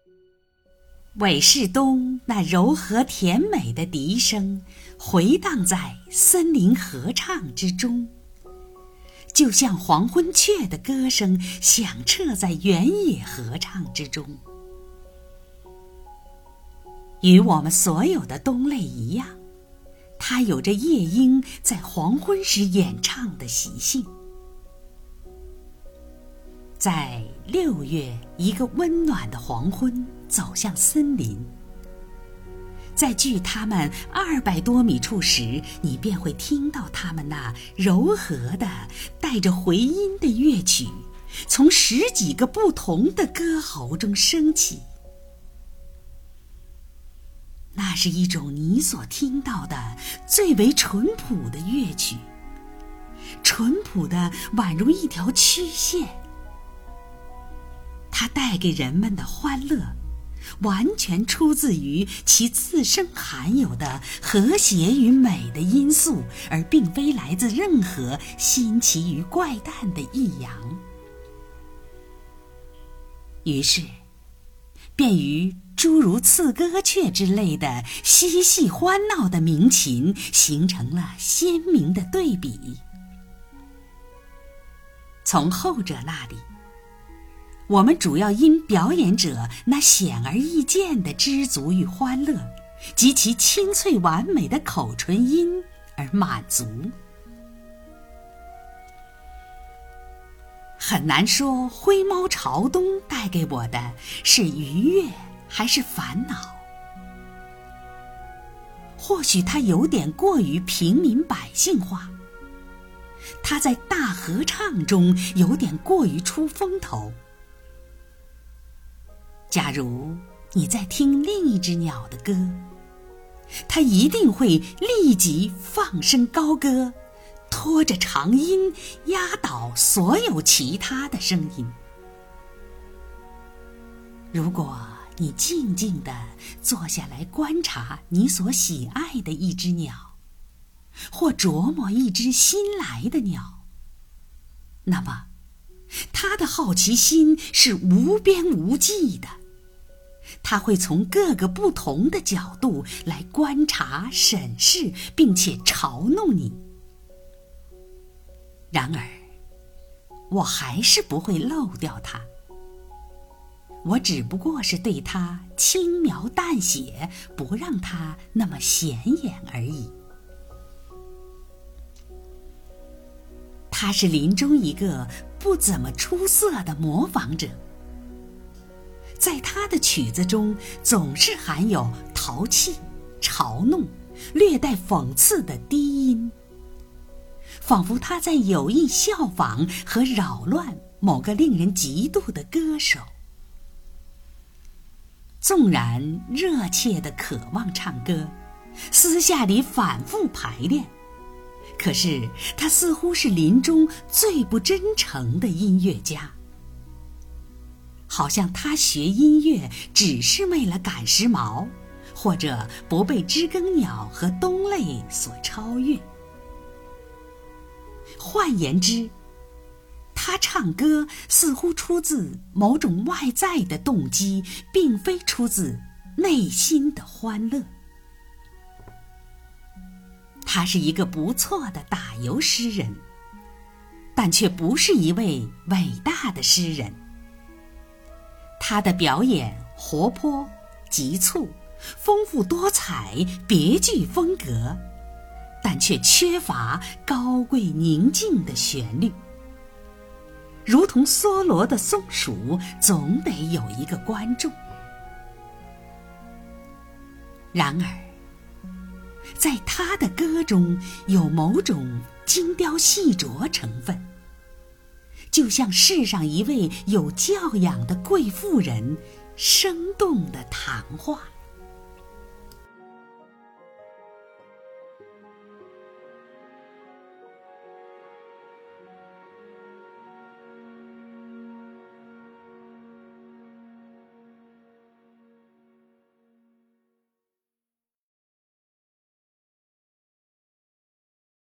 韦世东那柔和甜美的笛声回荡在森林合唱之中，就像黄昏雀的歌声响彻在原野合唱之中。与我们所有的冬类一样，它有着夜莺在黄昏时演唱的习性。在6月一个温暖的黄昏走向森林，在距它们200多米处时，你便会听到它们那柔和的带着回音的乐曲从10几个不同的歌喉中升起。那是一种你所听到的最为淳朴的乐曲，淳朴的宛如一条曲线。它带给人们的欢乐完全出自于其自身含有的和谐与美的因素，而并非来自任何新奇与怪诞的抑扬。于是便与诸如刺歌雀之类的嬉戏欢闹的鸣禽形成了鲜明的对比。从后者那里，我们主要因表演者那显而易见的知足与欢乐及其清脆完美的口唇音而满足。很难说灰猫朝东带给我的是愉悦还是烦恼，或许它有点过于平民百姓化，它在大合唱中有点过于出风头。假如你在听另一只鸟的歌，它一定会立即放声高歌，拖着长音压倒所有其他的声音。如果你静静地坐下来观察你所喜爱的一只鸟，或琢磨一只新来的鸟，那么他的好奇心是无边无际的，他会从各个不同的角度来观察、审视，并且嘲弄你。然而，我还是不会漏掉他，我只不过是对他轻描淡写，不让他那么显眼而已。他是林中一个不怎么出色的模仿者，在他的曲子中总是含有淘气、嘲弄、略带讽刺的低音，仿佛他在有意效仿和扰乱某个令人嫉妒的歌手。纵然热切地渴望唱歌，私下里反复排练，可是他似乎是林中最不真诚的音乐家，好像他学音乐只是为了赶时髦，或者不被知更鸟和冬类所超越。换言之，他唱歌似乎出自某种外在的动机，并非出自内心的欢乐。他是一个不错的打油诗人，但却不是一位伟大的诗人。他的表演活泼、急促、丰富多彩、别具风格，但却缺乏高贵宁静的旋律。如同梭罗的松鼠，总得有一个观众。然而，在他的歌中有某种精雕细琢成分，就像世上一位有教养的贵妇人生动的谈话。